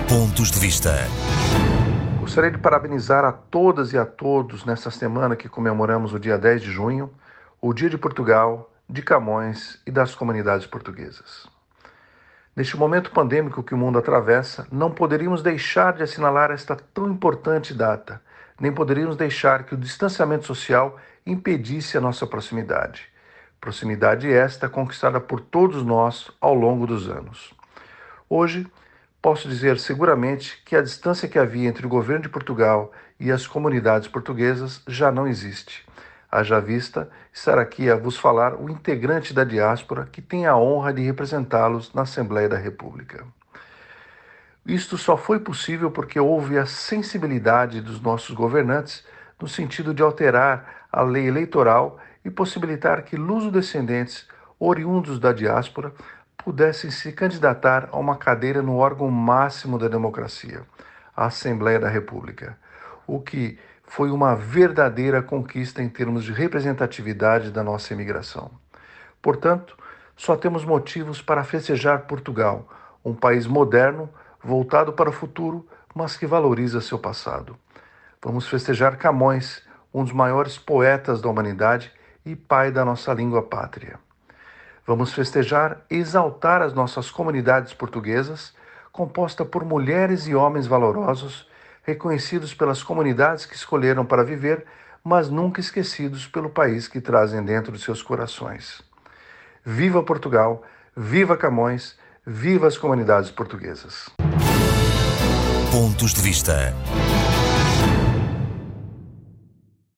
Pontos de Vista. Gostaria de parabenizar a todas e a todos nesta semana que comemoramos o dia 10 de junho, o Dia de Portugal, de Camões e das comunidades portuguesas. Neste momento pandêmico que o mundo atravessa, não poderíamos deixar de assinalar esta tão importante data, nem poderíamos deixar que o distanciamento social impedisse a nossa proximidade. Proximidade esta conquistada por todos nós ao longo dos anos. Hoje, posso dizer seguramente que a distância que havia entre o governo de Portugal e as comunidades portuguesas já não existe. Haja vista estar aqui a vos falar o integrante da diáspora que tem a honra de representá-los na Assembleia da República. Isto só foi possível porque houve a sensibilidade dos nossos governantes no sentido de alterar a lei eleitoral e possibilitar que luso-descendentes oriundos da diáspora pudessem se candidatar a uma cadeira no órgão máximo da democracia, a Assembleia da República, o que foi uma verdadeira conquista em termos de representatividade da nossa imigração. Portanto, só temos motivos para festejar Portugal, um país moderno, voltado para o futuro, mas que valoriza seu passado. Vamos festejar Camões, um dos maiores poetas da humanidade e pai da nossa língua pátria. Vamos festejar e exaltar as nossas comunidades portuguesas, composta por mulheres e homens valorosos, reconhecidos pelas comunidades que escolheram para viver, mas nunca esquecidos pelo país que trazem dentro de seus corações. Viva Portugal, viva Camões, viva as comunidades portuguesas. Pontos de Vista.